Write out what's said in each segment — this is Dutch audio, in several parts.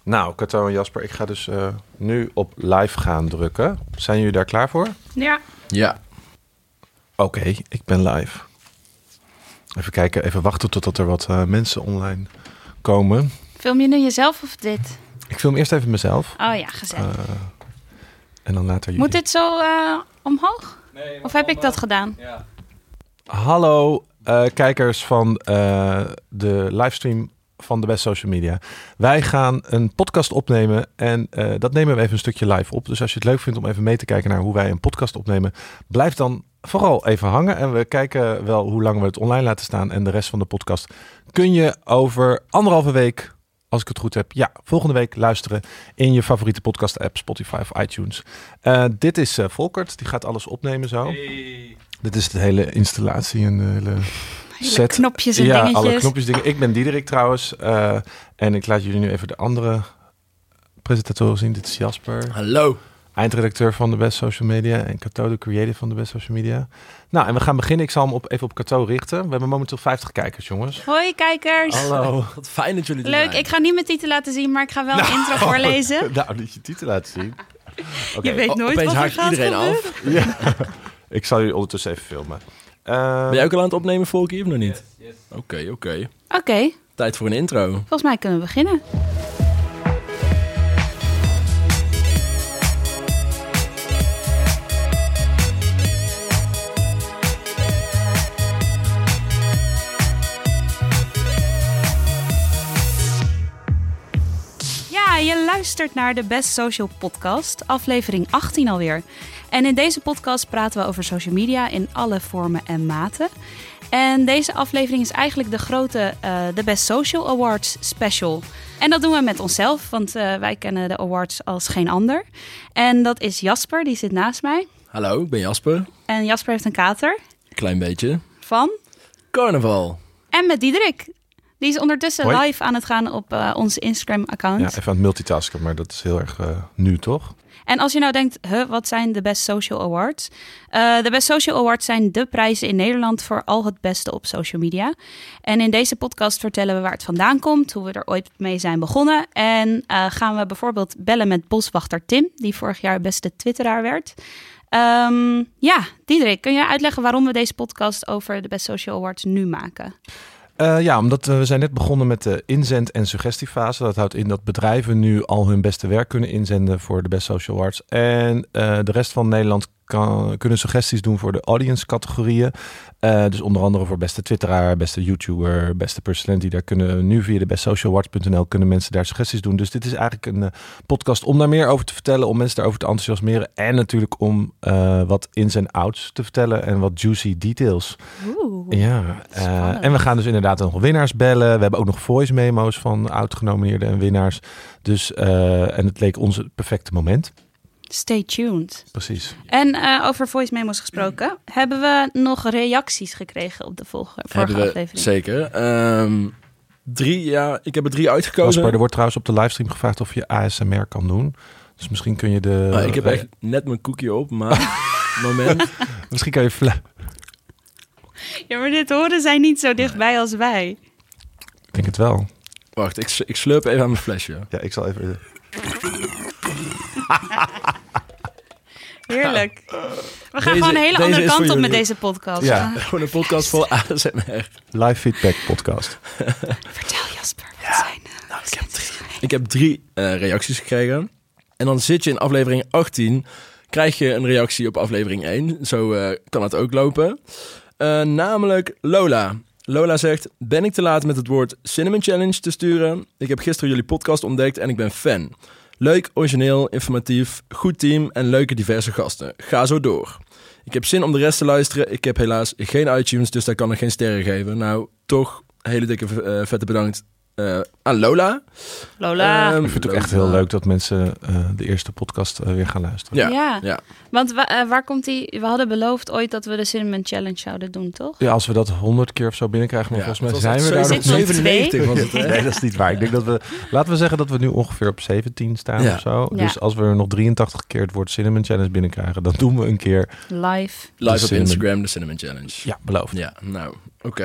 Nou, Kato en Jasper, ik ga dus nu op live gaan drukken. Zijn jullie daar klaar voor? Ja. Oké, ik ben live. Even kijken, even wachten totdat er wat mensen online komen. Film je nu jezelf of dit? Ik film eerst even mezelf. Oh ja, gezellig. En dan later jullie. Moet dit zo omhoog? Nee, Of heb ik dat gedaan? Ja. Hallo kijkers van de livestream van de Best Social Media. Wij gaan een podcast opnemen en dat nemen we even een stukje live op. Dus als je het leuk vindt om even mee te kijken naar hoe wij een podcast opnemen, blijf dan vooral even hangen. En we kijken wel hoe lang we het online laten staan. En de rest van de podcast kun je over 1,5 week, als ik het goed heb, volgende week luisteren in je favoriete podcast app, Spotify of iTunes. Dit is Volkert, die gaat alles opnemen zo. Hey. Dit is de hele installatie en de hele set. Knopjes en dingetjes. Ja, alle knopjes dingen. Ik ben Diederik trouwens. En ik laat jullie nu even de andere presentatoren zien. Dit is Jasper. Hallo. Eindredacteur van de Best Social Media. En Kato, de creator van de Best Social Media. Nou, en we gaan beginnen. Ik zal hem even op Kato richten. We hebben momenteel 50 kijkers, jongens. Hoi kijkers. Hallo. Wat fijn dat jullie er Leuk, zijn. ik ga niet mijn titel laten zien, maar ik ga wel een intro voorlezen. Nou, niet je titel laten zien. Oké. Je weet nooit Opeens wat er haakt gaat iedereen gebeuren. af. Ja. Ik zal jullie ondertussen even filmen. Ben jij ook al aan het opnemen, Volkie, of nog niet? Yes. Oké. Oké, Tijd voor een intro. volgens mij kunnen we beginnen. Ja, je luistert naar de Best Social Podcast, aflevering 18 alweer. En in deze podcast praten we over social media in alle vormen en maten. En deze aflevering is eigenlijk de grote The Best Social Awards special. En dat doen we met onszelf, want wij kennen de awards als geen ander. En dat is Jasper, die zit naast mij. Hallo, ik ben Jasper. En Jasper heeft een kater Klein beetje. van... Carnaval. En met Diederik. Die is ondertussen Hoi. live aan het gaan op onze Instagram-account. Ja, even aan het multitasken, maar dat is heel erg nu, toch? En als je nou denkt, wat zijn de Best Social Awards? De Best Social Awards zijn de prijzen in Nederland voor al het beste op social media. En in deze podcast vertellen we waar het vandaan komt, hoe we er ooit mee zijn begonnen. En gaan we bijvoorbeeld bellen met boswachter Tim, die vorig jaar beste Twitteraar werd. Diederik, kun je uitleggen waarom we deze podcast over de Best Social Awards nu maken? Omdat we zijn net begonnen met de inzend- en suggestiefase. Dat houdt in dat bedrijven nu al hun beste werk kunnen inzenden voor de Best Social Awards. En de rest van Nederland kunnen suggesties doen voor de audience-categorieën. Dus onder andere voor beste Twitteraar, beste YouTuber, beste personality. Daar kunnen nu via de bestsocialawards.nl kunnen mensen daar suggesties doen. Dus dit is eigenlijk een podcast om daar meer over te vertellen, om mensen daarover te enthousiasmeren. En natuurlijk om wat ins en outs te vertellen en wat juicy details. Ja, en we gaan dus inderdaad nog winnaars bellen. We hebben ook nog voice memo's van oud-genomineerden en winnaars. Dus, en het leek ons het perfecte moment. Stay tuned. Precies. En over voice memos gesproken, hebben we nog reacties gekregen op de vorige aflevering? Zeker. Ik heb er 3 uitgekozen. Jasper, er wordt trouwens op de livestream gevraagd of je ASMR kan doen. Dus misschien kun je de... Ik heb echt net mijn cookie op, maar... moment. Misschien kan je... Ja, maar dit horen zij niet zo dichtbij als wij. Ik denk het wel. Wacht, ik slurp even aan mijn flesje. Ja, ik zal even... Heerlijk. We gaan gewoon een hele andere kant op met deze podcast. Ja. Gewoon een podcast vol ASMR. Live feedback podcast. Vertel Jasper, wat zijn Ik heb 3 reacties gekregen. En dan zit je in aflevering 18, krijg je een reactie op aflevering 1. Zo kan het ook lopen. Namelijk Lola. Lola zegt, ben ik te laat met het woord Cinnamon Challenge te sturen? Ik heb gisteren jullie podcast ontdekt en ik ben fan. Leuk, origineel, informatief, goed team en leuke diverse gasten. Ga zo door. Ik heb zin om de rest te luisteren. Ik heb helaas geen iTunes, dus daar kan ik geen sterren geven. Nou, toch hele dikke vette bedankt aan Lola. Lola. Ik vind het ook echt heel leuk dat mensen de eerste podcast weer gaan luisteren. Ja. Want waar komt die? We hadden beloofd ooit dat we de Cinnamon Challenge zouden doen, toch? Ja, als we dat 100 keer of zo binnenkrijgen, maar volgens mij zijn we daar nog 97 was het, hè? Nee, dat is niet waar. Ik denk dat we, laten we zeggen dat we nu ongeveer op 17 staan of zo. Ja. Dus als we er nog 83 keer het woord Cinnamon Challenge binnenkrijgen, dan doen we een keer Live Live op Cinnamon. Instagram, de Cinnamon Challenge. Ja, beloofd. Ja, nou, oké.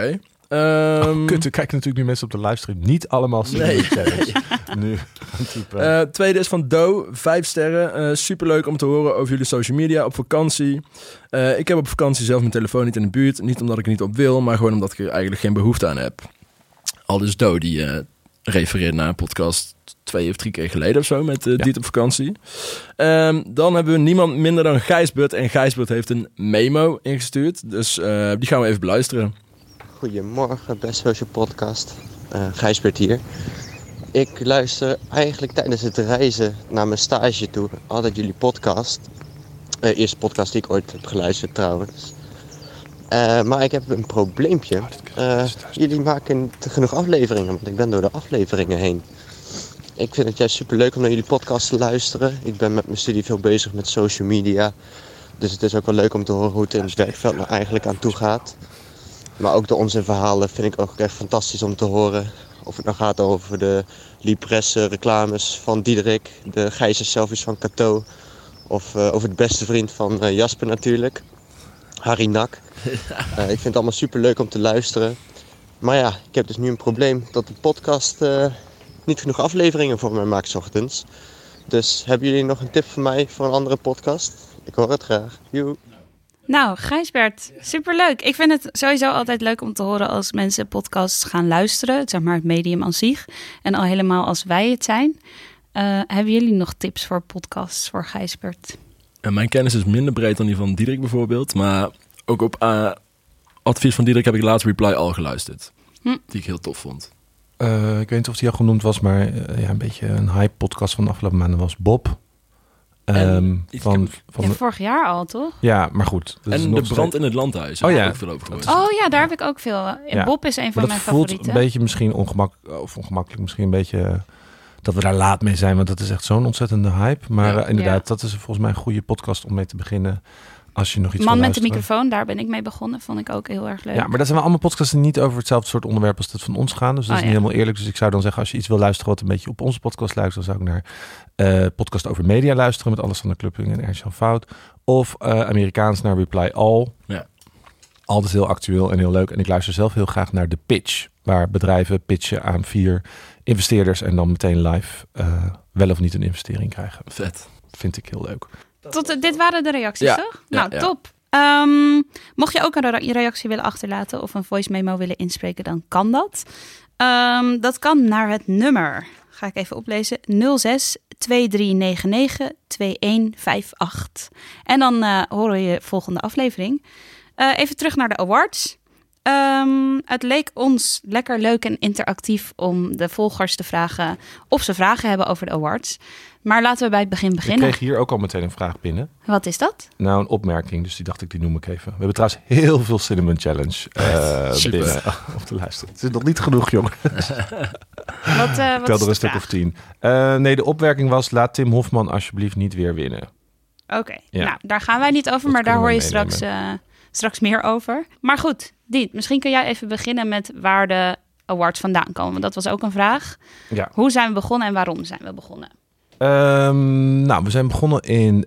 Kut, er kijken natuurlijk nu mensen op de livestream. Niet allemaal Cinnamon Challenge. Nu. Tweede is van Do, 5 sterren. Superleuk om te horen over jullie social media op vakantie. Ik heb op vakantie zelf mijn telefoon niet in de buurt. Niet omdat ik er niet op wil, maar gewoon omdat ik er eigenlijk geen behoefte aan heb. Al dus Do, die refereert naar een podcast 2 of 3 keer geleden of zo met Diet op vakantie. Dan hebben we niemand minder dan Gijsbert. En Gijsbert heeft een memo ingestuurd. Dus die gaan we even beluisteren. Goedemorgen, Best Social Podcast. Gijsbert hier. Ik luister eigenlijk tijdens het reizen naar mijn stage toe altijd jullie podcast. Eerste podcast die ik ooit heb geluisterd trouwens. Maar ik heb een probleempje. Jullie maken niet genoeg afleveringen, want ik ben door de afleveringen heen. Ik vind het juist superleuk om naar jullie podcast te luisteren. Ik ben met mijn studie veel bezig met social media. Dus het is ook wel leuk om te horen hoe het in het werkveld nou eigenlijk aan toe gaat. Maar ook de onzinverhalen vind ik ook echt fantastisch om te horen. Of het nou gaat over de Lipresse reclames van Diederik, de Gijzer selfies van Cato. Of over de beste vriend van Jasper natuurlijk, Harry Nak. Ik vind het allemaal superleuk om te luisteren. Maar ja, ik heb dus nu een probleem dat de podcast niet genoeg afleveringen voor mij maakt 's ochtends. Dus hebben jullie nog een tip voor mij voor een andere podcast? Ik hoor het graag. Joe. Nou, Gijsbert, superleuk. Ik vind het sowieso altijd leuk om te horen als mensen podcasts gaan luisteren. Zeg maar het medium aan zich. En al helemaal als wij het zijn. Hebben jullie nog tips voor podcasts voor Gijsbert? Mijn kennis is minder breed dan die van Diederik bijvoorbeeld. Maar ook op advies van Diederik heb ik laatst Reply All geluisterd. Die ik heel tof vond. Ik weet niet of die al genoemd was, maar een beetje een hype podcast van de afgelopen maanden was Bob. Vorig jaar al, toch? Ja, maar goed. Dus en de brand in het landhuis. Heb ik ook veel over gehoord. Oh ja, daar heb ik ook veel. Bob is een van mijn favorieten. Het voelt een beetje misschien ongemakkelijk, misschien een beetje dat we daar laat mee zijn, want dat is echt zo'n ontzettende hype. Maar inderdaad, dat is volgens mij een goede podcast om mee te beginnen. Als je nog iets Man met de microfoon, daar ben ik mee begonnen. Vond ik ook heel erg leuk. Ja, maar dat zijn wel allemaal podcasts die niet over hetzelfde soort onderwerp als dat van ons gaan. Dus dat is niet helemaal eerlijk. Dus ik zou dan zeggen, als je iets wil luisteren wat een beetje op onze podcast luistert, dan zou ik naar podcast over media luisteren met Alexander Klupping en Ernst-Jan Fout. Of Amerikaans naar Reply All. Ja. Altijd heel actueel en heel leuk. En ik luister zelf heel graag naar The Pitch, waar bedrijven pitchen aan 4 investeerders en dan meteen live wel of niet een investering krijgen. Vet. Vind ik heel leuk. Dit waren de reacties, toch? Nou, top. Mocht je ook een reactie willen achterlaten of een voice memo willen inspreken, dan kan dat. Dat kan naar het nummer. Ga ik even oplezen. 06 2399 2158. En dan horen je volgende aflevering. Even terug naar de awards. Het leek ons lekker leuk en interactief om de volgers te vragen of ze vragen hebben over de awards. Maar laten we bij het begin beginnen. Ik kreeg hier ook al meteen een vraag binnen. Wat is dat? Nou, een opmerking, dus die dacht ik, die noem ik even. We hebben trouwens heel veel Cinnamon Challenge binnen op te luisteren. Het is nog niet genoeg, jongen. Wat ik tel er een stuk of 10. Nee, de opmerking was, laat Tim Hofman alsjeblieft niet weer winnen. Oké, nou, daar gaan wij niet over, maar daar hoor je straks meer over. Maar goed, Diet, misschien kun jij even beginnen met waar de awards vandaan komen. Want dat was ook een vraag. Ja. Hoe zijn we begonnen en waarom zijn we begonnen? Nou, we zijn begonnen in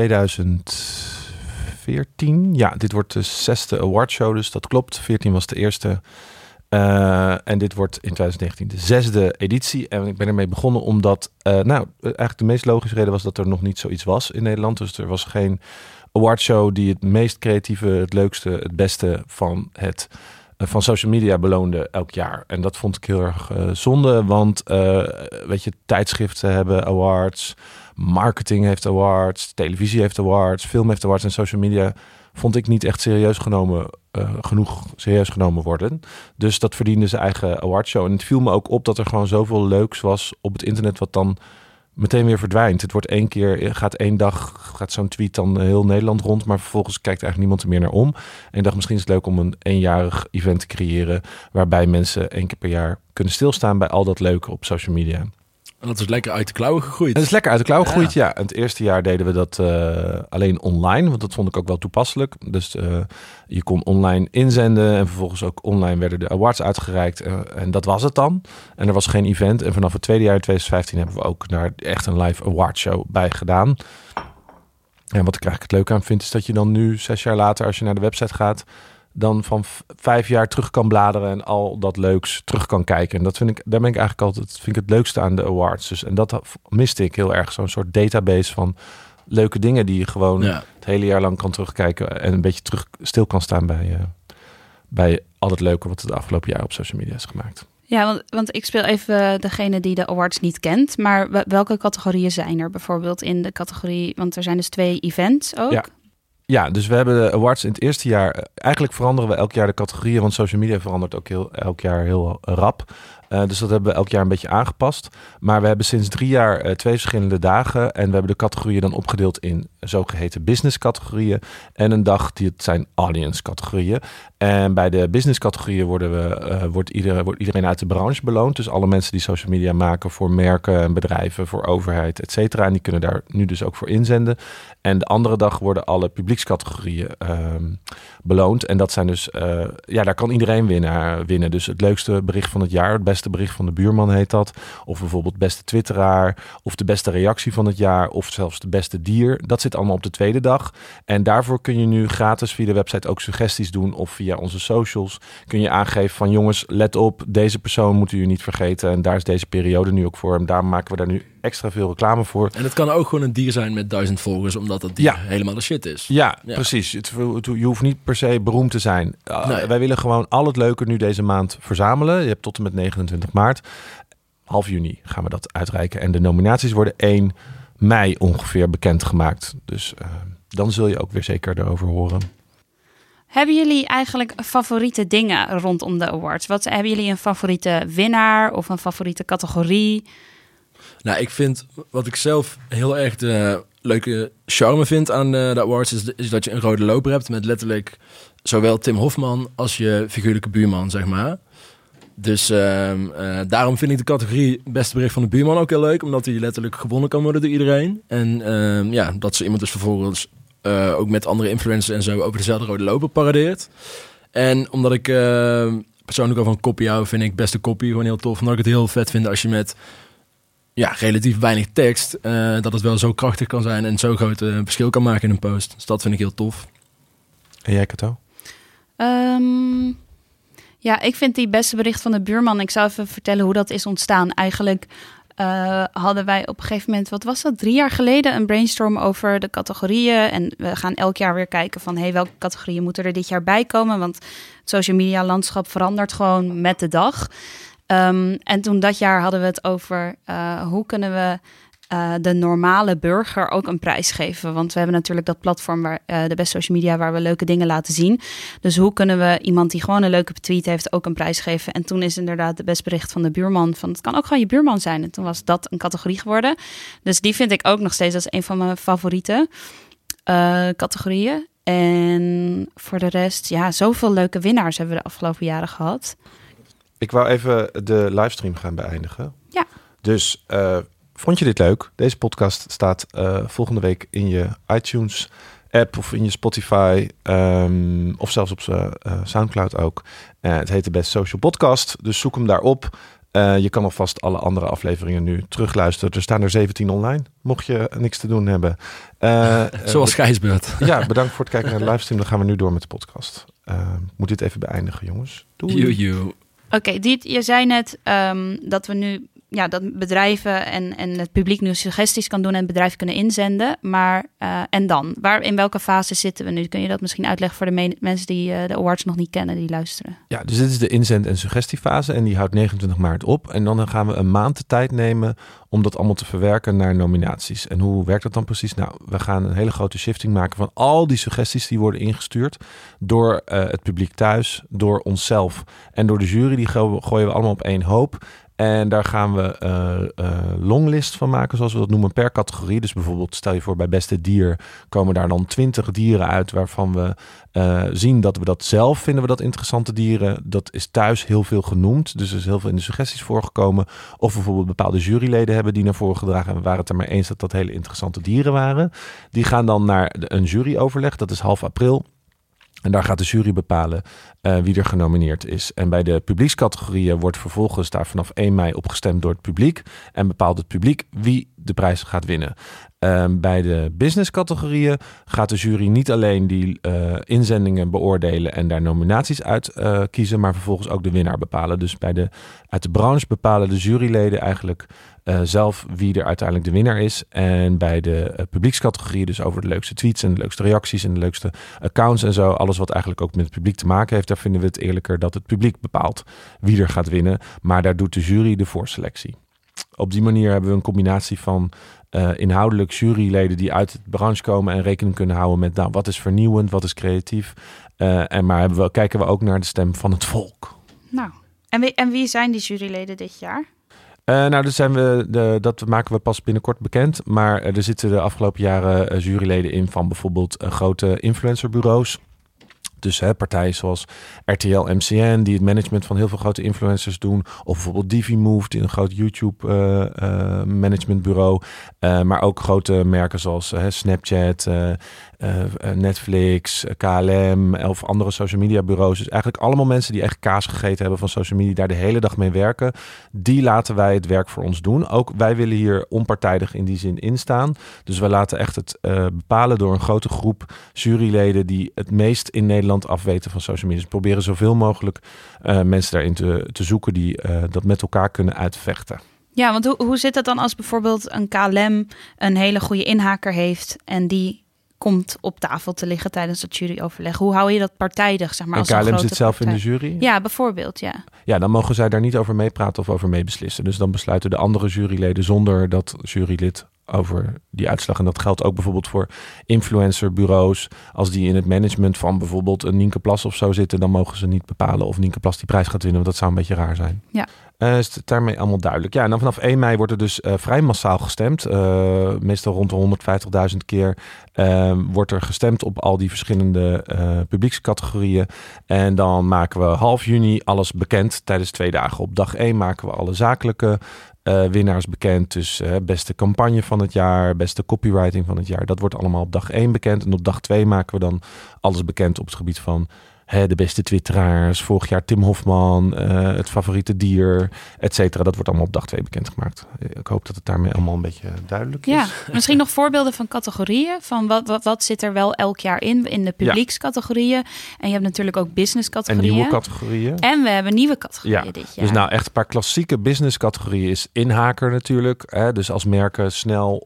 2014. Ja, dit wordt de 6e awardshow, dus dat klopt. 14 was de eerste. En dit wordt in 2019 de 6e editie. En ik ben ermee begonnen omdat, eigenlijk de meest logische reden was dat er nog niet zoiets was in Nederland. Dus er was geen awardshow die het meest creatieve, het leukste, het beste van social media beloonde elk jaar. En dat vond ik heel erg zonde, want tijdschriften hebben awards, marketing heeft awards, televisie heeft awards, film heeft awards en social media vond ik niet echt genoeg serieus genomen worden. Dus dat verdiende zijn eigen awardshow. En het viel me ook op dat er gewoon zoveel leuks was op het internet wat dan meteen weer verdwijnt. Het wordt één dag gaat zo'n tweet dan heel Nederland rond, maar vervolgens kijkt eigenlijk niemand er meer naar om. En ik dacht, misschien is het leuk om een eenjarig event te creëren waarbij mensen 1 keer per jaar kunnen stilstaan bij al dat leuke op social media. En dat is lekker uit de klauwen gegroeid. Het is lekker uit de klauwen gegroeid, ja. En het eerste jaar deden we dat alleen online, want dat vond ik ook wel toepasselijk. Dus je kon online inzenden en vervolgens ook online werden de awards uitgereikt. En dat was het dan. En er was geen event. En vanaf het tweede jaar in 2015 hebben we ook daar echt een live awardshow bij gedaan. En wat ik eigenlijk het leuk aan vind, is dat je dan nu 6 jaar later, als je naar de website gaat, dan van 5 jaar terug kan bladeren en al dat leuks terug kan kijken. En daar ben ik eigenlijk altijd, vind ik het leukste aan de awards. Dus, en dat miste ik heel erg, zo'n soort database van leuke dingen die je gewoon het hele jaar lang kan terugkijken en een beetje stil kan staan bij al het leuke wat het de afgelopen jaar op social media is gemaakt. Ja, want ik speel even degene die de awards niet kent. Maar welke categorieën zijn er bijvoorbeeld in de categorie? Want er zijn dus 2 events ook. Ja, dus we hebben de awards in het eerste jaar. Eigenlijk veranderen we elk jaar de categorieën, want social media verandert ook elk jaar heel rap. Dus dat hebben we elk jaar een beetje aangepast. Maar we hebben sinds 3 jaar 2 verschillende dagen. En we hebben de categorieën dan opgedeeld in zogeheten business categorieën. En een dag die het zijn audience categorieën. En bij de business categorieën wordt iedereen uit de branche beloond. Dus alle mensen die social media maken voor merken en bedrijven, voor overheid, et cetera. En die kunnen daar nu dus ook voor inzenden. En de andere dag worden alle publiekscategorieën beloond. En dat zijn dus, daar kan iedereen winnen. Dus het leukste bericht van het jaar, het beste bericht van de buurman heet dat. Of bijvoorbeeld beste twitteraar, of de beste reactie van het jaar, of zelfs de beste dier. Dat zit allemaal op de tweede dag. En daarvoor kun je nu gratis via de website ook suggesties doen, of via onze socials kun je aangeven van jongens, let op, deze persoon moeten jullie niet vergeten. En daar is deze periode nu ook voor. En daar maken we daar nu extra veel reclame voor. En het kan ook gewoon een dier zijn met 1000 volgers, omdat dat dier helemaal de shit is. Ja, precies. Je hoeft niet per se beroemd te zijn. Nee. Wij willen gewoon al het leuke nu deze maand verzamelen. Je hebt tot en met 29 maart. Half juni gaan we dat uitreiken. En de nominaties worden 1 mei ongeveer bekendgemaakt. Dus dan zul je ook weer zeker erover horen. Hebben jullie eigenlijk favoriete dingen rondom de awards? Hebben jullie een favoriete winnaar of een favoriete categorie? Nou, ik vind wat ik zelf heel erg de leuke charme vind aan de awards is dat je een rode loper hebt met letterlijk zowel Tim Hofman als je figuurlijke buurman, zeg maar. Dus daarom vind ik de categorie beste bericht van de buurman ook heel leuk, omdat hij letterlijk gewonnen kan worden door iedereen. En dat ze iemand dus vervolgens ook met andere influencers en zo over dezelfde rode loper paradeert. En omdat ik persoonlijk al van copy hou, vind ik beste copy gewoon heel tof. Omdat ik het heel vet vind als je met relatief weinig tekst, dat het wel zo krachtig kan zijn en zo groot verschil kan maken in een post. Dus dat vind ik heel tof. En jij, Kato? Ik vind die beste bericht van de buurman. Ik zou even vertellen hoe dat is ontstaan. Eigenlijk hadden wij op een gegeven moment, wat was dat, 3 jaar geleden, een brainstorm over de categorieën. En we gaan elk jaar weer kijken van, welke categorieën moeten er dit jaar bij komen? Want het social media landschap verandert gewoon met de dag. En toen dat jaar hadden we het over hoe kunnen we de normale burger ook een prijs geven. Want we hebben natuurlijk dat platform waar de beste social media waar we leuke dingen laten zien. Dus hoe kunnen we iemand die gewoon een leuke tweet heeft ook een prijs geven? En toen is inderdaad de best bericht van de buurman van het kan ook gewoon je buurman zijn. En toen was dat een categorie geworden. Dus die vind ik ook nog steeds als een van mijn favoriete categorieën. En voor de rest, zoveel leuke winnaars hebben we de afgelopen jaren gehad. Ik wou even de livestream gaan beëindigen. Ja. Dus vond je dit leuk? Deze podcast staat volgende week in je iTunes app of in je Spotify of zelfs op Soundcloud ook. Het heet de Best Social Podcast, dus zoek hem daarop. Je kan alvast alle andere afleveringen nu terugluisteren. Er staan er 17 online, mocht je niks te doen hebben. Zoals Gijsbeurt. Ja, bedankt voor het kijken naar de livestream. Dan gaan we nu door met de podcast. Moet dit even beëindigen, jongens. Doei. Oké, Diet, je zei net dat we nu dat bedrijven en het publiek nu suggesties kan doen en bedrijven kunnen inzenden. Maar en dan? In welke fase zitten we nu? Kun je dat misschien uitleggen voor de mensen die de awards nog niet kennen, die luisteren? Ja, dus dit is de inzend- en suggestiefase en die houdt 29 maart op. En dan gaan we een maand de tijd nemen om dat allemaal te verwerken naar nominaties. En hoe werkt dat dan precies? Nou, we gaan een hele grote shifting maken van al die suggesties die worden ingestuurd door het publiek thuis, door onszelf en door de jury. Die gooien we allemaal op één hoop. En daar gaan we longlist van maken, zoals we dat noemen, per categorie. Dus bijvoorbeeld, stel je voor, bij beste dier komen daar dan 20 dieren uit waarvan we zien dat we dat zelf vinden, we dat interessante dieren. Dat is thuis heel veel genoemd, dus er is heel veel in de suggesties voorgekomen. Of bijvoorbeeld bepaalde juryleden hebben die naar voren gedragen en we waren het er maar eens dat dat hele interessante dieren waren. Die gaan dan naar een juryoverleg, dat is half april. En daar gaat de jury bepalen wie er genomineerd is. En bij de publiekscategorieën wordt vervolgens daar vanaf 1 mei op gestemd door het publiek. En bepaalt het publiek wie de prijs gaat winnen. Bij de business categorieën gaat de jury niet alleen die inzendingen beoordelen en daar nominaties uit kiezen, maar vervolgens ook de winnaar bepalen. Dus uit de branche bepalen de juryleden eigenlijk zelf wie er uiteindelijk de winnaar is. En bij de publiekscategorieën, dus over de leukste tweets en de leukste reacties en de leukste accounts en zo, alles wat eigenlijk ook met het publiek te maken heeft, daar vinden we het eerlijker dat het publiek bepaalt wie er gaat winnen. Maar daar doet de jury de voorselectie. Op die manier hebben we een combinatie van inhoudelijk juryleden die uit de branche komen en rekening kunnen houden met wat is vernieuwend, wat is creatief. Maar kijken we ook naar de stem van het volk. Nou, en wie zijn die juryleden dit jaar? Dat maken we pas binnenkort bekend. Maar er zitten de afgelopen jaren juryleden in van bijvoorbeeld grote influencerbureaus. Dus partijen zoals RTL, MCN, die het management van heel veel grote influencers doen. Of bijvoorbeeld Divimove, die een groot YouTube managementbureau. Maar ook grote merken zoals Snapchat, Netflix, KLM of andere social media bureaus. Dus eigenlijk allemaal mensen die echt kaas gegeten hebben van social media, daar de hele dag mee werken. Die laten wij het werk voor ons doen. Ook wij willen hier onpartijdig in die zin instaan. Dus wij laten echt het bepalen door een grote groep juryleden die het meest in Nederland afweten van social media. Dus we proberen zoveel mogelijk mensen daarin te zoeken die dat met elkaar kunnen uitvechten. Ja, want hoe zit het dan als bijvoorbeeld een KLM een hele goede inhaker heeft en die komt op tafel te liggen tijdens het juryoverleg? Hoe hou je dat partijdig, zeg maar? En als KLM zit zelf in de jury? Ja, bijvoorbeeld, ja. Ja, dan mogen zij daar niet over meepraten of over meebeslissen. Dus dan besluiten de andere juryleden zonder dat jurylid over die uitslag. En dat geldt ook bijvoorbeeld voor influencerbureaus. Als die in het management van bijvoorbeeld een Nienke Plas of zo zitten, dan mogen ze niet bepalen of Nienke Plas die prijs gaat winnen. Want dat zou een beetje raar zijn. Ja. Is het daarmee allemaal duidelijk? Ja, en dan vanaf 1 mei wordt er dus vrij massaal gestemd. Meestal rond de 150.000 keer wordt er gestemd op al die verschillende publiekscategorieën. En dan maken we half juni alles bekend tijdens 2 dagen. Op dag 1 maken we alle zakelijke winnaars bekend. Dus beste campagne van het jaar, beste copywriting van het jaar. Dat wordt allemaal op dag 1 bekend. En op dag 2 maken we dan alles bekend op het gebied van de beste twitteraars. Vorig jaar Tim Hofman, het favoriete dier, et cetera. Dat wordt allemaal op dag 2 bekendgemaakt. Ik hoop dat het daarmee allemaal een beetje duidelijk is. Ja, misschien nog voorbeelden van categorieën. Van wat zit er wel elk jaar in de publiekscategorieën. En je hebt natuurlijk ook business-categorieën. En nieuwe categorieën. En we hebben nieuwe categorieën dit jaar. Dus nou echt een paar klassieke business-categorieën is inhaker natuurlijk. Dus als merken snel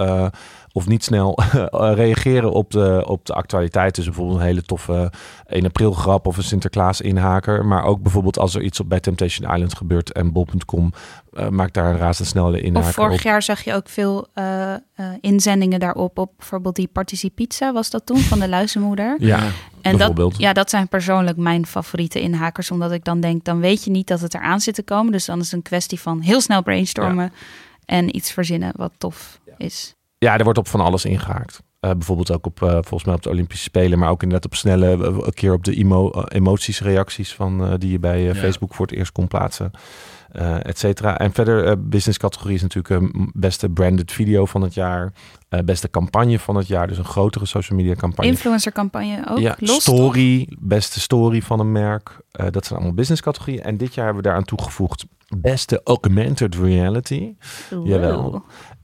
of niet snel reageren op de actualiteit. Dus bijvoorbeeld een hele toffe 1 april grap of een Sinterklaas inhaker. Maar ook bijvoorbeeld als er iets bij Temptation Island gebeurt en bol.com maakt daar een razendsnelle inhaker of vorig op. jaar zag je ook veel inzendingen daarop. Op bijvoorbeeld die Participizza was dat toen, van de luizenmoeder. Ja, en bijvoorbeeld. dat zijn persoonlijk mijn favoriete inhakers. Omdat ik dan denk, dan weet je niet dat het eraan zit te komen. Dus dan is het een kwestie van heel snel brainstormen en iets verzinnen wat tof is. Ja, er wordt op van alles ingehaakt. Bijvoorbeeld ook op, volgens mij op de Olympische Spelen, maar ook inderdaad op snelle, een keer op de emoties, reacties van die je bij Facebook voor het eerst kon plaatsen, et cetera. En verder, business categorie is natuurlijk beste branded video van het jaar, beste campagne van het jaar, dus een grotere social media campagne. Influencer campagne ook? Ja, los, story, toch? Beste story van een merk. Dat zijn allemaal business categorieën. En dit jaar hebben we daaraan toegevoegd beste augmented reality. Wow. Jawel.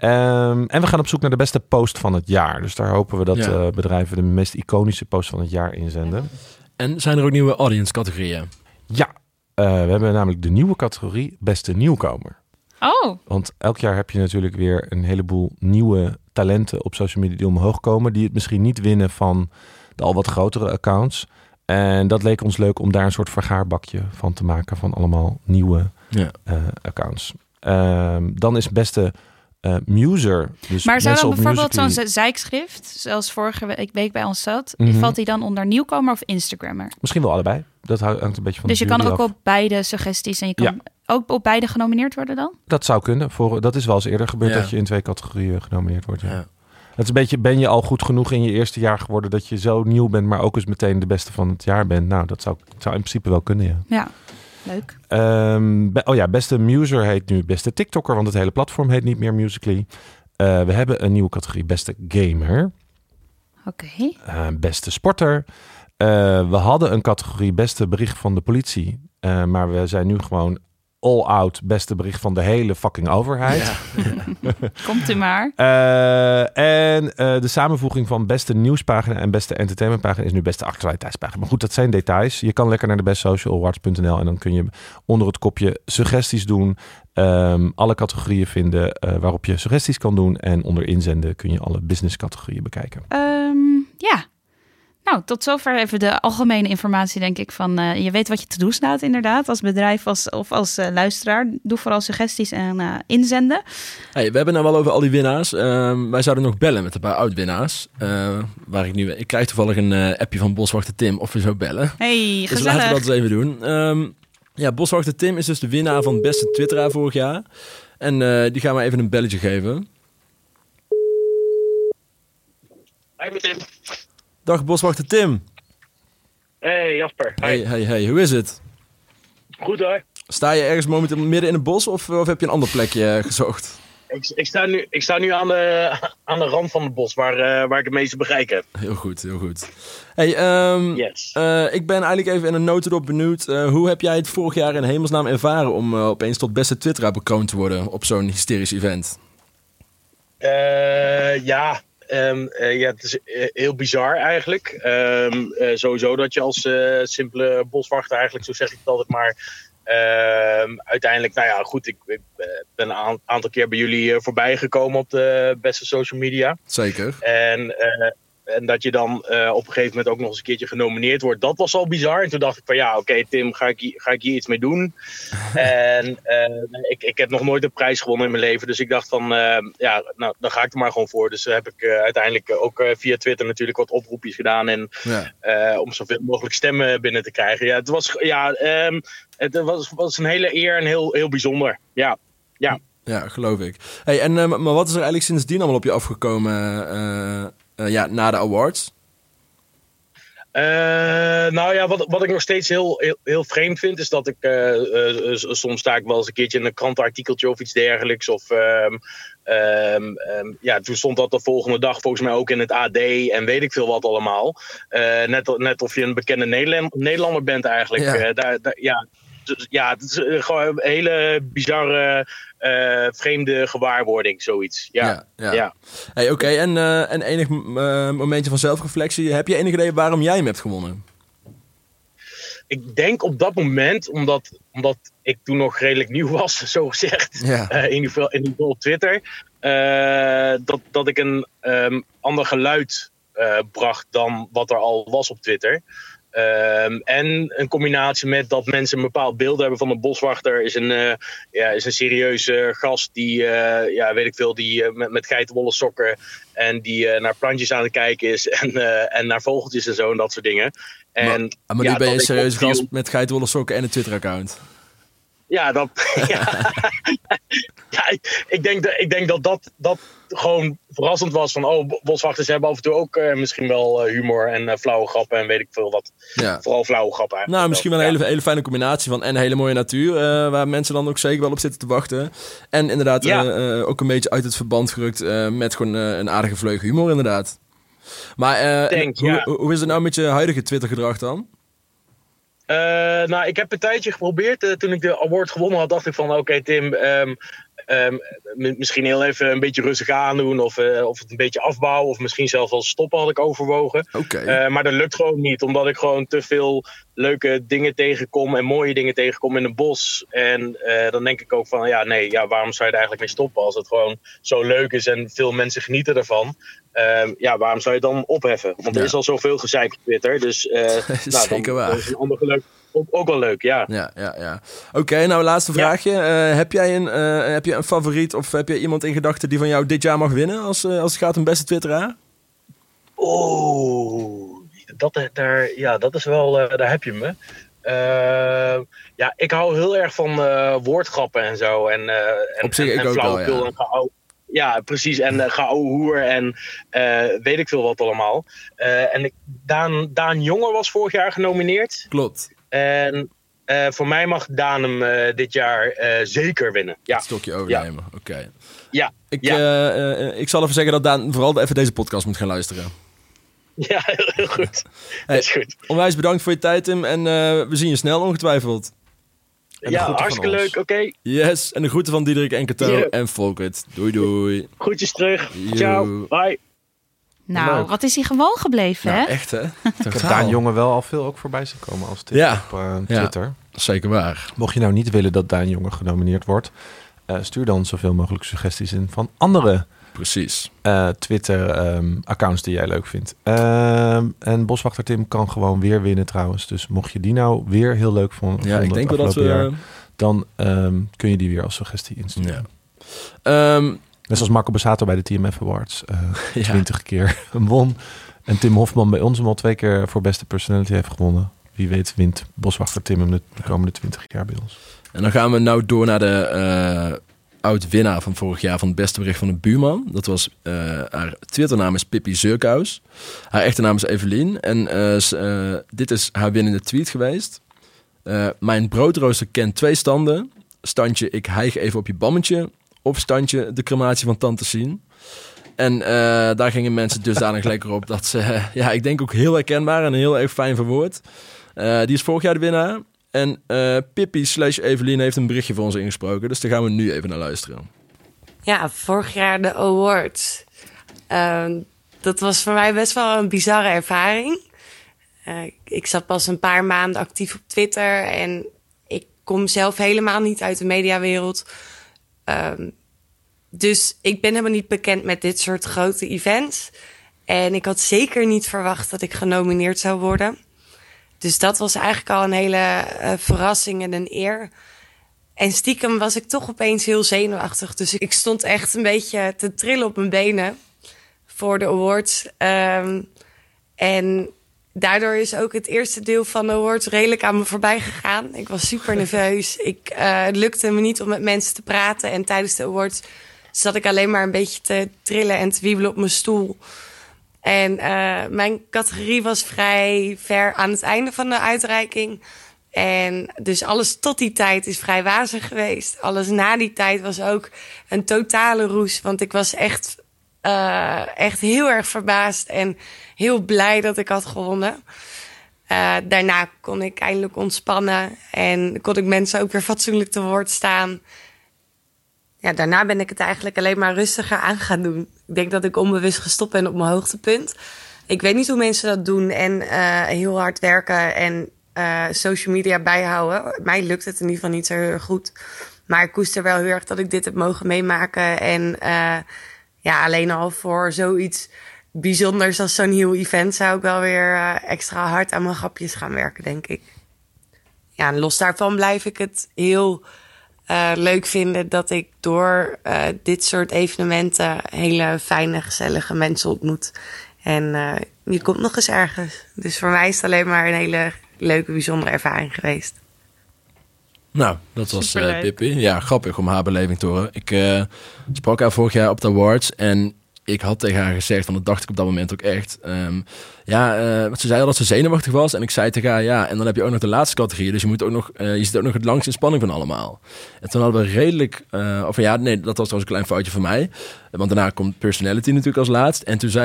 En we gaan op zoek naar de beste post van het jaar. Dus daar hopen we dat bedrijven de meest iconische post van het jaar inzenden. En zijn er ook nieuwe audience categorieën? Ja, we hebben namelijk de nieuwe categorie beste nieuwkomer. Oh. Want elk jaar heb je natuurlijk weer een heleboel nieuwe talenten op social media die omhoog komen, die het misschien niet winnen van de al wat grotere accounts. En dat leek ons leuk om daar een soort vergaarbakje van te maken van allemaal nieuwe accounts. Dan is beste muser. Dus maar zou dan bijvoorbeeld Musical.ly zo'n zeikschrift, zoals vorige week bij ons zat, Mm-hmm. valt die dan onder nieuwkomer of Instagrammer? Misschien wel allebei. Dat hangt een beetje van Dus de je kan jury ook af. op beide suggesties en je kan ook op beide genomineerd worden dan? Dat zou kunnen. Dat is wel eens eerder gebeurd dat je in 2 categorieën genomineerd wordt. Ja. Het is een beetje, ben je al goed genoeg in je eerste jaar geworden dat je zo nieuw bent, maar ook eens meteen de beste van het jaar bent? Nou, dat zou in principe wel kunnen, Ja, leuk. Beste muser heet nu beste TikToker, want het hele platform heet niet meer Musical.ly. We hebben een nieuwe categorie beste gamer. Oké. Beste sporter. We hadden een categorie beste bericht van de politie. Maar we zijn nu gewoon all-out beste bericht van de hele fucking overheid. Komt u maar. En de samenvoeging van beste nieuwspagina en beste entertainmentpagina is nu beste actualiteitspagina. Maar goed, dat zijn details. Je kan lekker naar de bestsocialawards.nl en dan kun je onder het kopje suggesties doen. Alle categorieën vinden waarop je suggesties kan doen. En onder inzenden kun je alle business categorieën bekijken. Ja. Nou, tot zover even de algemene informatie, denk ik. Van je weet wat je te doen staat, inderdaad. Als bedrijf of als luisteraar. Doe vooral suggesties en inzenden. Hey, we hebben nou wel over al die winnaars. Wij zouden nog bellen met een paar oud-winnaars. Ik krijg toevallig een appje van Boswachter Tim of we zo bellen. Hey, dus gezellig. laten we dat eens even doen. Boswachter Tim is dus de winnaar van het beste Twitteraar vorig jaar. En die gaan we even een belletje geven. Hi met Tim. Dag Boswachter Tim. Hey Jasper. Hey, hoe is het? Goed hoor. Sta je ergens momenteel midden in het bos of heb je een ander plekje gezocht? Ik sta nu aan de rand van het bos waar ik het meeste bereik heb. Heel goed. Hey, Yes. ik ben eigenlijk even in een notendop benieuwd. Hoe heb jij het vorig jaar in hemelsnaam ervaren om opeens tot beste Twitteraar bekroond te worden op zo'n hysterisch event? Het is heel bizar eigenlijk. Sowieso dat je als simpele boswachter eigenlijk, zo zeg ik het altijd maar, uiteindelijk, nou ja, goed, ik ben een aantal keer bij jullie voorbij gekomen op de beste social media. Zeker. En dat je dan op een gegeven moment ook nog eens een keertje genomineerd wordt. Dat was al bizar. En toen dacht ik van oké, Tim, ga ik hier iets mee doen? En ik heb nog nooit een prijs gewonnen in mijn leven. Dus ik dacht van, dan ga ik er maar gewoon voor. Dus heb ik uiteindelijk ook via Twitter natuurlijk wat oproepjes gedaan. En om zoveel mogelijk stemmen binnen te krijgen. Ja, het was een hele eer en heel bijzonder. Ja. Ja, geloof ik. Hey, maar wat is er eigenlijk sindsdien allemaal op je afgekomen na de awards? Wat ik nog steeds heel vreemd vind, is dat ik soms sta ik wel eens een keertje in een krantenartikeltje of iets dergelijks. Of toen stond dat de volgende dag volgens mij ook in het AD en weet ik veel wat allemaal. Net of je een bekende Nederlander bent eigenlijk. Het is gewoon een hele bizarre, vreemde gewaarwording, zoiets. Ja. Hey, oké. En enig momentje van zelfreflectie. Heb je enig idee waarom jij hem hebt gewonnen? Ik denk op dat moment, omdat ik toen nog redelijk nieuw was, zo gezegd. Ja. In ieder geval op Twitter. Dat ik een ander geluid bracht dan wat er al was op Twitter. En een combinatie met dat mensen een bepaald beeld hebben van een boswachter is een serieuze gast die, weet ik veel, die met geitenwolle sokken en die naar plantjes aan het kijken is en naar vogeltjes en zo en dat soort dingen. Maar nu ben je een serieuze gast met geitenwolle sokken en een Twitter-account. Ja, ik denk dat gewoon verrassend was van boswachters hebben af en toe ook misschien wel humor en flauwe grappen en weet ik veel wat. Ja. Vooral flauwe grappen eigenlijk. Nou, misschien wel een hele fijne combinatie van en hele mooie natuur, waar mensen dan ook zeker wel op zitten te wachten. En inderdaad ook een beetje uit het verband gerukt met gewoon een aardige vleug humor inderdaad. Maar hoe is het nou met je huidige Twitter-gedrag dan? Ik heb een tijdje geprobeerd. Toen ik de award gewonnen had, dacht ik van oké, Tim, misschien heel even een beetje rustig aandoen of het een beetje afbouwen of misschien zelfs wel stoppen had ik overwogen. Okay. Maar dat lukt gewoon niet, omdat ik gewoon te veel leuke dingen tegenkom en mooie dingen tegenkom in het bos. En dan denk ik ook van waarom zou je er eigenlijk mee stoppen als het gewoon zo leuk is en veel mensen genieten ervan. Waarom zou je het dan opheffen? Want er is al zoveel gezeik op Twitter. Dus zeker waar. Is een ander geluid ook wel leuk, ja. Ja. Oké, nou laatste vraagje. Heb je een favoriet of heb je iemand in gedachten die van jou dit jaar mag winnen als het gaat om beste Twitteraar? Dat is wel, daar heb je me. Ik hou heel erg van woordgrappen en zo. Op zich ik ook wel, ja. Ja, precies. En geouwehoer en weet ik veel wat allemaal. Daan Jonger was vorig jaar genomineerd. Klopt. En voor mij mag Daan hem dit jaar zeker winnen. Ja. Het stokje overnemen, oké. Ja. Ik zal even zeggen dat Daan vooral even deze podcast moet gaan luisteren. Ja, heel goed. Dat is goed. Onwijs bedankt voor je tijd, Tim. En we zien je snel, ongetwijfeld. hartstikke leuk. Oké. Yes, en de groeten van Diederik en Kato en Volkert. Doei. Groetjes terug. Ciao. Bye. Nou, leuk. Wat is hij gewoon gebleven, hè? Echt, hè? Ik heb Daan Jonge wel al veel ook voorbij zien komen als tip op Twitter. Zeker waar. Mocht je nou niet willen dat Daan Jonge genomineerd wordt, stuur dan zoveel mogelijk suggesties in van andere Twitter-accounts die jij leuk vindt. En Boswachter Tim kan gewoon weer winnen trouwens. Dus mocht je die nou weer heel leuk vonden, ik denk wel dat we... jaar, dan kun je die weer als suggestie insturen. Net zoals Marco Bassato bij de TMF Awards 20 keer won. En Tim Hofman bij ons hem al 2 keer voor beste personality heeft gewonnen. Wie weet wint Boswachter Tim hem de komende 20 jaar bij ons. En dan gaan we nou door naar de oud-winnaar van vorig jaar van het beste bericht van de buurman. Dat was haar Twitternaam is Pippi Zeurkous. Haar echte naam is Evelien. En dit is haar winnende tweet geweest. Mijn broodrooster kent 2 standen. Standje, ik hijg even op je bammetje. Of standje, de crematie van tante Sien. En daar gingen mensen dusdanig lekker op dat ze, ik denk ook heel herkenbaar en heel erg fijn verwoord. Die is vorig jaar de winnaar. En Pippi/Evelien heeft een berichtje voor ons ingesproken. Dus daar gaan we nu even naar luisteren. Ja, vorig jaar de awards. Dat was voor mij best wel een bizarre ervaring. Ik zat pas een paar maanden actief op Twitter. En ik kom zelf helemaal niet uit de mediawereld. Dus ik ben helemaal niet bekend met dit soort grote events. En ik had zeker niet verwacht dat ik genomineerd zou worden. Dus dat was eigenlijk al een hele verrassing en een eer. En stiekem was ik toch opeens heel zenuwachtig. Dus ik stond echt een beetje te trillen op mijn benen voor de awards. En daardoor is ook het eerste deel van de awards redelijk aan me voorbij gegaan. Ik was super nerveus. Het lukte me niet om met mensen te praten. En tijdens de awards zat ik alleen maar een beetje te trillen en te wiebelen op mijn stoel. En mijn categorie was vrij ver aan het einde van de uitreiking. En dus alles tot die tijd is vrij wazig geweest. Alles na die tijd was ook een totale roes. Want ik was echt heel erg verbaasd en heel blij dat ik had gewonnen. Daarna kon ik eindelijk ontspannen en kon ik mensen ook weer fatsoenlijk te woord staan. Ja, daarna ben ik het eigenlijk alleen maar rustiger aan gaan doen. Ik denk dat ik onbewust gestopt ben op mijn hoogtepunt. Ik weet niet hoe mensen dat doen en heel hard werken en social media bijhouden. Mij lukt het in ieder geval niet zo heel erg goed. Maar ik koester wel heel erg dat ik dit heb mogen meemaken. En alleen al voor zoiets bijzonders als zo'n heel event zou ik wel weer extra hard aan mijn grapjes gaan werken, denk ik. Ja, en los daarvan blijf ik het heel leuk vinden dat ik door dit soort evenementen hele fijne, gezellige mensen ontmoet. En je komt nog eens ergens. Dus voor mij is het alleen maar een hele leuke, bijzondere ervaring geweest. Nou, dat was Pippi. Ja, grappig om haar beleving te horen. Ik sprak haar vorig jaar op de awards en ik had tegen haar gezegd, want dat dacht ik op dat moment ook echt. Want ze zei al dat ze zenuwachtig was. En ik zei tegen haar, en dan heb je ook nog de laatste categorie. Dus je moet ook nog, je zit ook nog het langst in spanning van allemaal. En toen hadden we redelijk, dat was trouwens een klein foutje van mij. Want daarna komt personality natuurlijk als laatst. En toen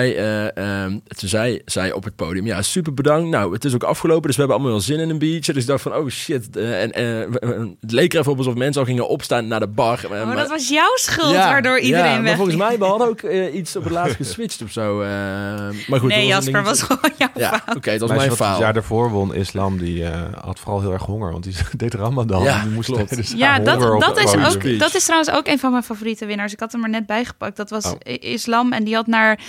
zei zij op het podium, ja, super bedankt. Nou, het is ook afgelopen, dus we hebben allemaal wel zin in een biertje. Dus ik dacht van, oh shit. Het leek er even op alsof mensen al gingen opstaan naar de bar. Maar dat was jouw schuld, waardoor iedereen weg. Maar volgens mij, we hadden ook iets op het laatst geswitcht of zo. Maar goed, nee, Jasper, was gewoon jouw fout. Oké, het was mijn fout. Het jaar daarvoor won Islam, die had vooral heel erg honger. Want die deed Ramadan. Ja, die moest klopt. Ja, dat is trouwens ook een van mijn favoriete winnaars. Ik had hem er net bijgepakt. Dat was Islam en die had naar...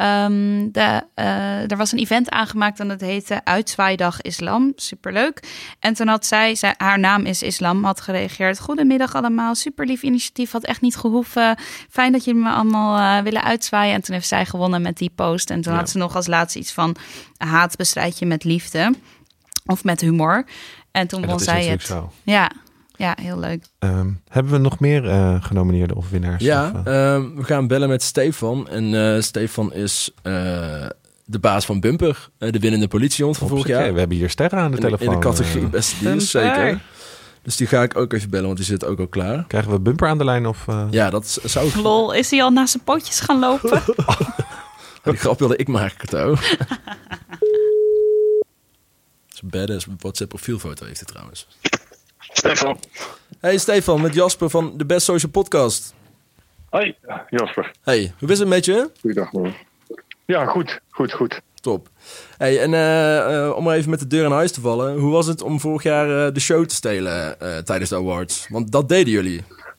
er was een event aangemaakt en dat heette Uitzwaaidag Islam. Superleuk. En toen had zij, haar naam is Islam, had gereageerd. Goedemiddag allemaal, super lief initiatief, had echt niet gehoeven. Fijn dat jullie me allemaal willen uitzwaaien. En toen heeft zij gewonnen met die post. En toen had ze nog als laatste iets van haat bestrijd je met liefde. Of met humor. En toen won zij het. Zo. Ja, heel leuk. Hebben we nog meer genomineerden of winnaars? Ja, we gaan bellen met Stefan. En Stefan is de baas van Bumper, de winnende politiehond van vorig jaar. We hebben hier sterren aan de telefoon. In de categorie beste diers, zeker. Dus die ga ik ook even bellen, want die zit ook al klaar. Krijgen we Bumper aan de lijn? Of, Ja, dat zou ik... Lol, is hij al naast zijn pootjes gaan lopen? Die grap wilde ik maken, Kato. Zijn badass WhatsApp profielfoto heeft hij trouwens. Stefan. Hey Stefan, met Jasper van de Best Social Podcast. Hoi, Jasper. Hey, hoe is het met je? Goeiedag man. Ja, goed. Top. Hey, en om even met de deur in huis te vallen. Hoe was het om vorig jaar de show te stelen tijdens de awards? Want dat deden jullie.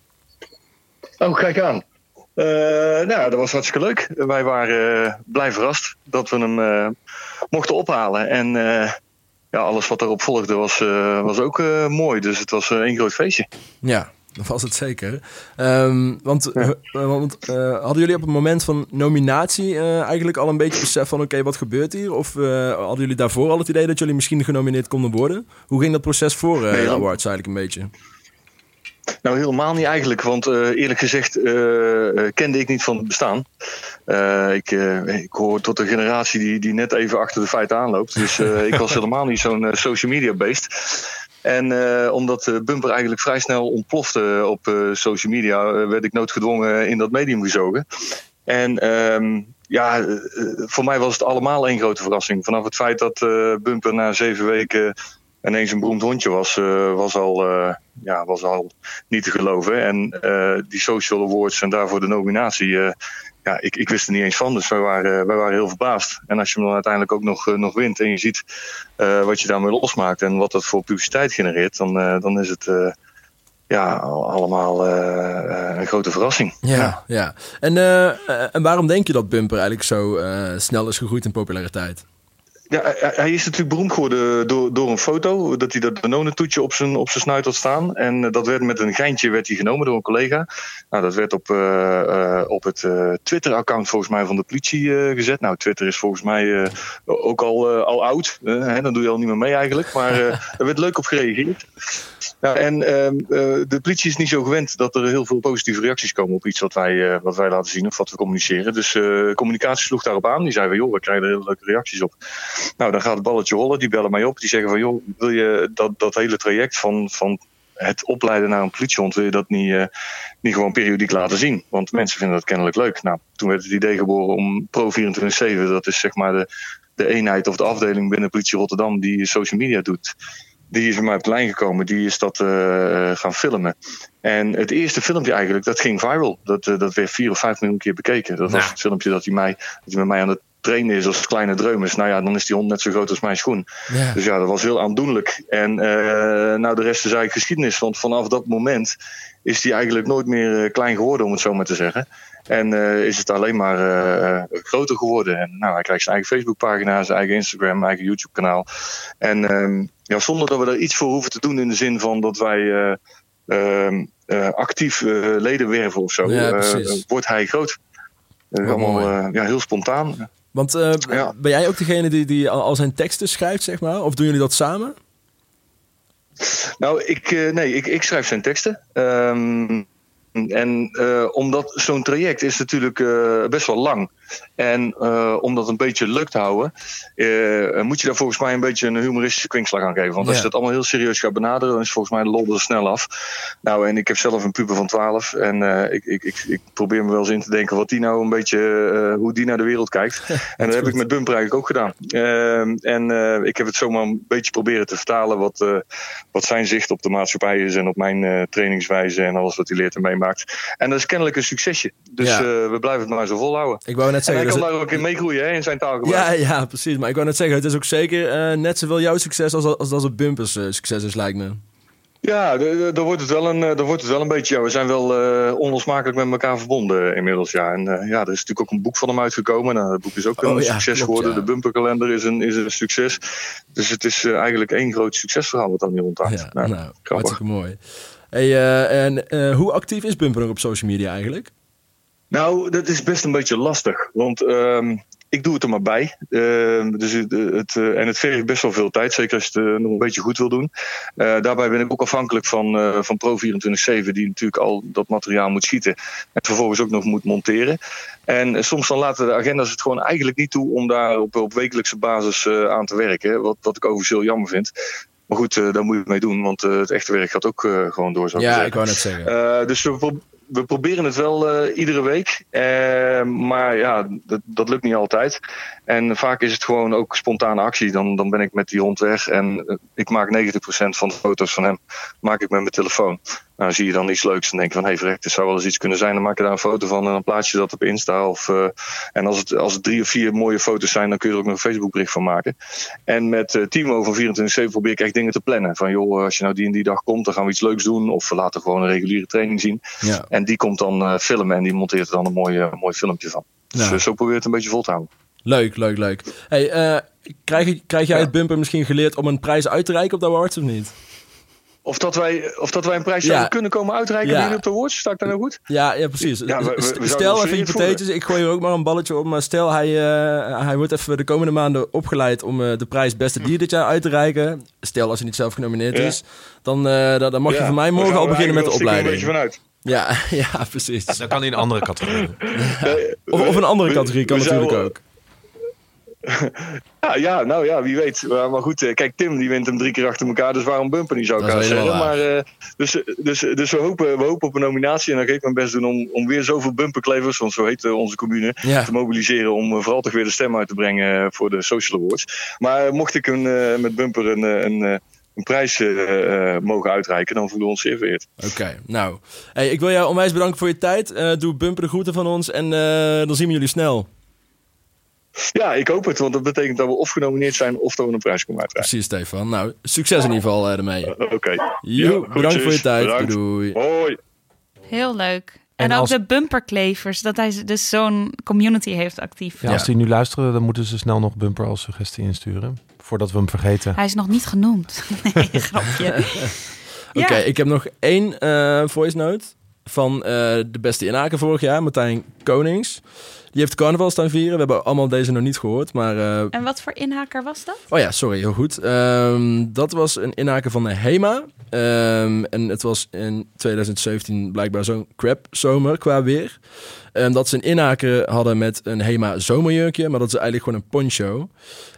Oh, kijk aan. Nou, dat was hartstikke leuk. Wij waren blij verrast dat we hem mochten ophalen. En ja, alles wat erop volgde was ook mooi. Dus het was één groot feestje. Ja, dat was het zeker. Want hadden jullie op het moment van nominatie eigenlijk al een beetje besef van oké, wat gebeurt hier? Of hadden jullie daarvoor al het idee dat jullie misschien genomineerd konden worden? Hoe ging dat proces voor de awards eigenlijk een beetje? Nou, helemaal niet eigenlijk. Want eerlijk gezegd kende ik niet van het bestaan. Ik hoor tot de generatie die net even achter de feiten aanloopt. Dus ik was helemaal niet zo'n social media beest. En omdat Bumper eigenlijk vrij snel ontplofte op social media, werd ik noodgedwongen in dat medium gezogen. En voor mij was het allemaal één grote verrassing. Vanaf het feit dat Bumper na 7 weken ineens een beroemd hondje was al niet te geloven. En die social awards en daarvoor de nominatie, ik wist er niet eens van. Dus wij waren heel verbaasd. En als je hem dan uiteindelijk ook nog wint en je ziet wat je daarmee losmaakt en wat dat voor publiciteit genereert, dan is het allemaal een grote verrassing. Ja. En waarom denk je dat Bumper eigenlijk zo snel is gegroeid in populariteit? Ja, hij is natuurlijk beroemd geworden door een foto. Dat hij dat Danone-toetje op zijn snuit had staan. En dat werd met een geintje genomen door een collega. Nou, dat werd op het Twitter-account volgens mij van de politie gezet. Nou, Twitter is volgens mij ook al oud. Dan doe je al niet meer mee eigenlijk. Maar er werd leuk op gereageerd. Ja, en de politie is niet zo gewend dat er heel veel positieve reacties komen op iets wat wij laten zien of wat we communiceren. Dus communicatie sloeg daarop aan. Die zei van, joh, we krijgen er hele leuke reacties op. Nou, dan gaat het balletje rollen. Die bellen mij op. Die zeggen van, joh, wil je dat hele traject van het opleiden naar een politiehond, wil je dat niet gewoon periodiek laten zien? Want mensen vinden dat kennelijk leuk. Nou, toen werd het idee geboren om Pro 24/7, dat is zeg maar de eenheid of de afdeling binnen Politie Rotterdam die social media doet. Die is bij mij op de lijn gekomen, die is dat gaan filmen. En het eerste filmpje eigenlijk, dat ging viral. Dat werd 4 of 5 miljoen keer bekeken. Dat was het filmpje dat hij met mij aan het trainen is als kleine Dreumes. Nou ja, dan is die hond net zo groot als mijn schoen. Ja. Dus ja, dat was heel aandoenlijk. En de rest is eigenlijk geschiedenis. Want vanaf dat moment is hij eigenlijk nooit meer klein geworden, om het zo maar te zeggen. En is het alleen maar groter geworden. En nou, hij krijgt zijn eigen Facebookpagina, zijn eigen Instagram, eigen YouTube-kanaal. En zonder dat we er iets voor hoeven te doen in de zin van dat wij actief leden werven of zo, wordt hij groot. Allemaal heel spontaan. Want ben jij ook degene die al zijn teksten schrijft, zeg maar? Of doen jullie dat samen? Nou, ik schrijf zijn teksten. En omdat zo'n traject is natuurlijk best wel lang. En om dat een beetje leuk te houden, moet je daar volgens mij een beetje een humoristische kwinkslag aan geven. Want als je dat allemaal heel serieus gaat benaderen, dan is volgens mij de lol er snel af. Nou, en ik heb zelf een puber van 12. En ik probeer me wel eens in te denken wat die nou een beetje, hoe die naar de wereld kijkt. En dat heb ik met Bumper eigenlijk ook gedaan. Ik heb het zomaar een beetje proberen te vertalen wat zijn zicht op de maatschappij is en op mijn trainingswijze en alles wat hij leert en meemaakt. En dat is kennelijk een succesje. Dus we blijven het maar zo volhouden. Ik wou net zeggen, en hij kan daar ook in meegroeien, hè, in zijn taalgebruik. Ja, precies. Maar ik wou net zeggen, het is ook zeker net zoveel jouw succes als het Bumpers succes is, lijkt me. Ja, daar wordt het wel een beetje. Ja, we zijn wel onlosmakelijk met elkaar verbonden inmiddels. Ja. En er is natuurlijk ook een boek van hem uitgekomen. Nou, het boek is ook een succes geworden. Ja. De Bumperkalender is een succes. Dus het is eigenlijk één groot succesverhaal wat dan hier rondhangt. Ja, hartstikke mooi. Hey, hoe actief is Bumper nog op social media eigenlijk? Nou, dat is best een beetje lastig. Want ik doe het er maar bij. Het vergt best wel veel tijd. Zeker als je het nog een beetje goed wil doen. Daarbij ben ik ook afhankelijk van Pro 24/7. Die natuurlijk al dat materiaal moet schieten. En vervolgens ook nog moet monteren. En soms dan laten de agenda's het gewoon eigenlijk niet toe om daar op wekelijkse basis aan te werken. Wat ik overigens heel jammer vind. Maar goed, daar moet je het mee doen. Want het echte werk gaat ook gewoon door. Ik wou net zeggen. Dus we proberen het wel iedere week. Maar ja, dat lukt niet altijd. En vaak is het gewoon ook spontane actie. Dan ben ik met die hond weg. En ik maak 90% van de foto's van hem maak ik met mijn telefoon. Nou, zie je dan iets leuks en denk je van... hey, verrek, dit zou wel eens iets kunnen zijn. Dan maak je daar een foto van en dan plaats je dat op Insta. En als het 3 of 4 mooie foto's zijn... dan kun je er ook nog een Facebookbericht van maken. En met Timo van 24/7 probeer ik echt dingen te plannen. Van joh, als je nou die en die dag komt... dan gaan we iets leuks doen. Of we laten gewoon een reguliere training zien. Ja. En die komt dan filmen en die monteert er dan een mooi filmpje van. Ja. Dus zo probeer je het een beetje vol te houden. Leuk. Hey, krijg jij het Bumper misschien geleerd om een prijs uit te reiken op de awards of niet? Of dat wij een prijs zouden kunnen komen uitreiken op de awards? Sta ik daar nou goed? Ja, precies. Ja, stel even hypothetisch, ik gooi er ook maar een balletje op. Maar stel hij wordt even de komende maanden opgeleid om de prijs beste dier dit jaar uit te reiken. Stel als hij niet zelf genomineerd is. Dan mag je van mij morgen al beginnen met de opleiding. Een beetje vanuit. Ja, precies. Dan kan hij een andere categorie. Of een andere categorie kan natuurlijk ook. Ja, wie weet. Maar goed, kijk, Tim die wint hem 3 keer achter elkaar. Dus waarom Bumper niet, zou ik zeggen. Maar, dus we hopen op een nominatie. En dan ga ik mijn best doen om weer zoveel bumperklevers, want zo heet onze commune, te mobiliseren. Om vooral toch weer de stem uit te brengen voor de Social Awards. Maar mocht ik met Bumper een prijs mogen uitreiken, dan voelen we ons zeer vereerd. Oké, nou. Hey, ik wil jou onwijs bedanken voor je tijd. Doe Bumper de groeten van ons. En dan zien we jullie snel. Ja, ik hoop het, want dat betekent dat we of genomineerd zijn of dat we een prijs komen uitreiken. Precies, Stefan. Nou, succes in ieder geval ermee. Oké. Bedankt voor je tijd. Bedankt. Doei. Hoi. Heel leuk. En ook de bumperklevers, dat hij dus zo'n community heeft actief. Ja, als die nu luisteren, dan moeten ze snel nog Bumper als suggestie insturen. Voordat we hem vergeten. Hij is nog niet genoemd. Nee, grapje. Oké, ik heb nog 1 voice note van de beste inhaker vorig jaar, Martijn Konings. Die heeft carnaval staan vieren. We hebben allemaal deze nog niet gehoord. Maar, en wat voor inhaker was dat? Oh ja, sorry, heel goed. Dat was een inhaker van de HEMA. En het was in 2017 blijkbaar zo'n crap zomer qua weer. Dat ze een inhaker hadden met een HEMA zomerjurkje. Maar dat is eigenlijk gewoon een poncho.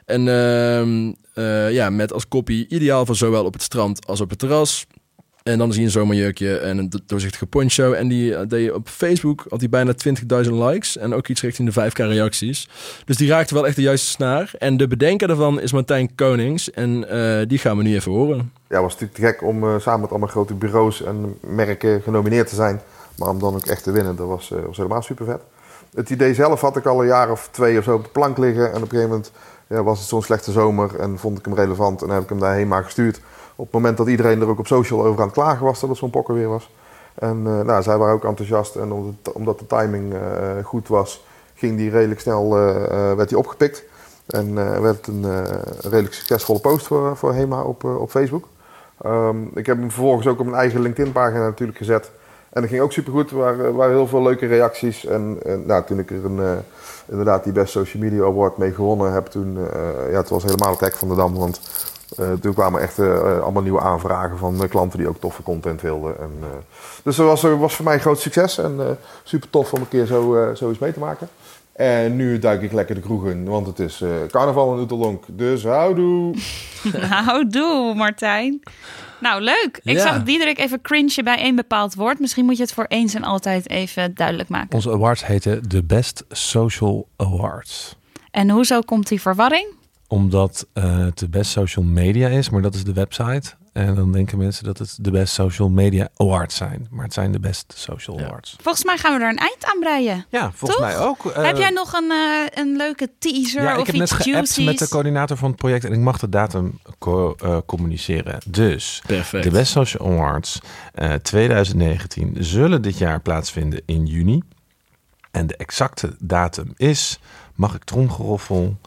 En met als kopie ideaal voor zowel op het strand als op het terras. En dan zie je een zomerjurkje en een doorzichtige poncho. En die deed op Facebook, had hij bijna 20.000 likes. En ook iets richting de 5.000 reacties. Dus die raakte wel echt de juiste snaar. En de bedenker daarvan is Martijn Konings. En die gaan we nu even horen. Ja, het was natuurlijk te gek om samen met allemaal grote bureaus en merken genomineerd te zijn. Maar om dan ook echt te winnen, dat was helemaal super vet. Het idee zelf had ik al een jaar of 2 of zo op de plank liggen. En op een gegeven moment was het zo'n slechte zomer en vond ik hem relevant. En dan heb ik hem daarheen maar gestuurd. Op het moment dat iedereen er ook op social over aan het klagen was dat het zo'n pokker weer was. En zij waren ook enthousiast. En omdat de timing goed was, ging die redelijk snel werd die opgepikt. En werd het een redelijk succesvolle post voor HEMA op Facebook. Ik heb hem vervolgens ook op mijn eigen LinkedIn-pagina natuurlijk gezet. En dat ging ook supergoed. Er waren heel veel leuke reacties. En toen ik er inderdaad die Best Social Media Award mee gewonnen heb, het was helemaal het hek van de dam. Want toen kwamen echt allemaal nieuwe aanvragen van klanten die ook toffe content wilden. Dus dat was voor mij een groot succes. En super tof om een keer zo iets mee te maken. En nu duik ik lekker de kroeg in, want het is carnaval in Oeteldonk. Dus houdoe! Houdoe, Martijn. Nou, leuk. Ik zag Diederik even cringen bij 1 bepaald woord. Misschien moet je het voor eens en altijd even duidelijk maken. Onze awards heten de Best Social Awards. En hoezo komt die verwarring? Omdat het de Best Social Media is, maar dat is de website. En dan denken mensen dat het de Best Social Media Awards zijn. Maar het zijn de Best Social Awards. Volgens mij gaan we er een eind aan breien. Ja, volgens mij ook. Heb jij nog een leuke teaser of iets juicies? Ik heb net geappt met de coördinator van het project en ik mag de datum communiceren. Dus perfect. De Best Social Awards 2019 zullen dit jaar plaatsvinden in juni. En de exacte datum is, mag ik tromgeroffel,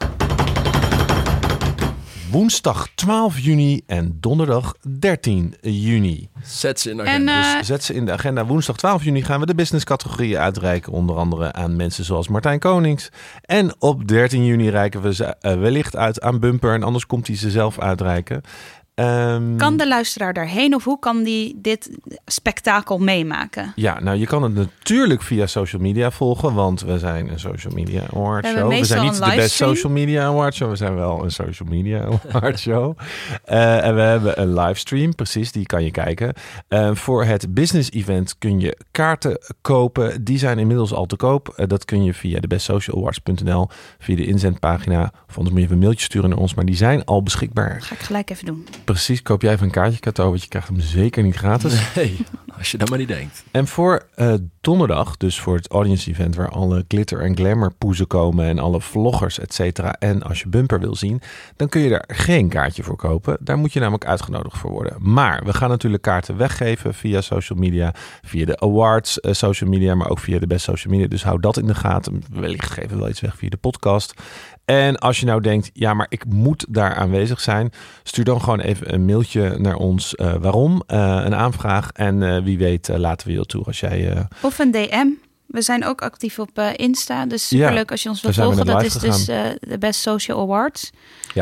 woensdag 12 juni en donderdag 13 juni. Zet ze in de agenda. Dus zet ze in de agenda. Woensdag 12 juni gaan we de business-categorieën uitreiken. Onder andere aan mensen zoals Martijn Konings. En op 13 juni reiken we ze wellicht uit aan Bumper. En anders komt hij ze zelf uitreiken. Kan de luisteraar daarheen of hoe kan die dit spektakel meemaken? Ja, nou je kan het natuurlijk via social media volgen, want we zijn een social media award show. We zijn niet de best social media award show, we zijn wel een social media award show. En we hebben een livestream, precies, die kan je kijken. Voor het business event kun je kaarten kopen. Die zijn inmiddels al te koop. Dat kun je via de bestsocialawards.nl, via de inzendpagina. Of anders moet je even een mailtje sturen naar ons, maar die zijn al beschikbaar. Ga ik gelijk even doen. Precies, koop jij even een kaartje, Kato, want je krijgt hem zeker niet gratis. Nee, als je dat maar niet denkt. En voor donderdag, dus voor het audience event waar alle glitter en glamour poezen komen en alle vloggers, et cetera. En als je bumper wil zien, dan kun je daar geen kaartje voor kopen. Daar moet je namelijk uitgenodigd voor worden. Maar we gaan natuurlijk kaarten weggeven via social media, via de awards social media, maar ook via de best social media. Dus hou dat in de gaten. Wellicht geven we wel iets weg via de podcast. En als je nou denkt, ja, maar ik moet daar aanwezig zijn, stuur dan gewoon even een mailtje naar ons. Waarom? Een aanvraag. En wie weet laten we je toe als jij... Of een DM. We zijn ook actief op Insta. Dus superleuk als je ons wil volgen. Dat is dus de Best Social Awards.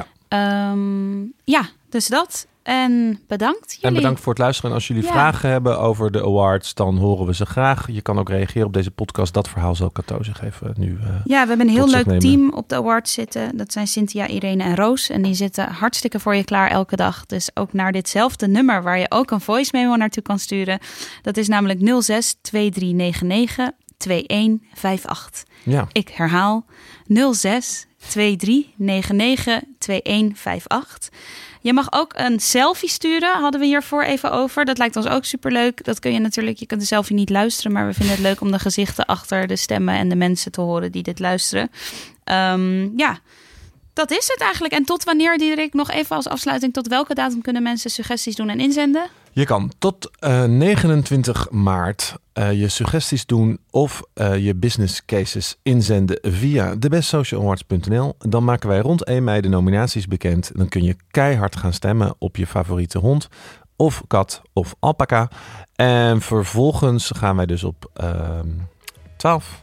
Ja. Dus dat. En bedankt jullie. En bedankt voor het luisteren. En als jullie vragen hebben over de awards, dan horen we ze graag. Je kan ook reageren op deze podcast. Dat verhaal zal Kato zich even nu we hebben een heel leuk team op de awards zitten. Dat zijn Cynthia, Irene en Roos. En die zitten hartstikke voor je klaar elke dag. Dus ook naar ditzelfde nummer waar je ook een voice memo naartoe kan sturen. Dat is namelijk 06 2399 2158. Ja. Ik herhaal 06 2399 2158. Je mag ook een selfie sturen, hadden we hiervoor even over. Dat lijkt ons ook superleuk. Dat kun je natuurlijk, je kunt de selfie niet luisteren, maar we vinden het leuk om de gezichten achter de stemmen en de mensen te horen die dit luisteren. Dat is het eigenlijk. En tot wanneer, Diederik, nog even als afsluiting, tot welke datum kunnen mensen suggesties doen en inzenden? Je kan tot 29 maart je suggesties doen of je business cases inzenden via thebestsocialawards.nl. Dan maken wij rond 1 mei de nominaties bekend. Dan kun je keihard gaan stemmen op je favoriete hond of kat of alpaca. En vervolgens gaan wij dus op 12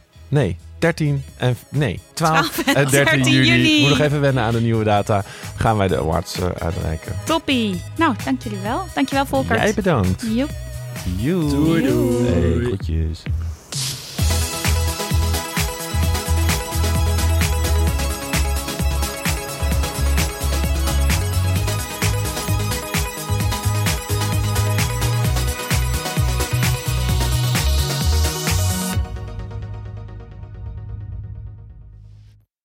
en 13 juli. Ik moet nog even wennen aan de nieuwe data. Gaan wij de awards uitreiken. Toppie. Nou, dank jullie wel. Dankjewel, Volkert. Jij bedankt. Joep. Doei. Hey, groetjes.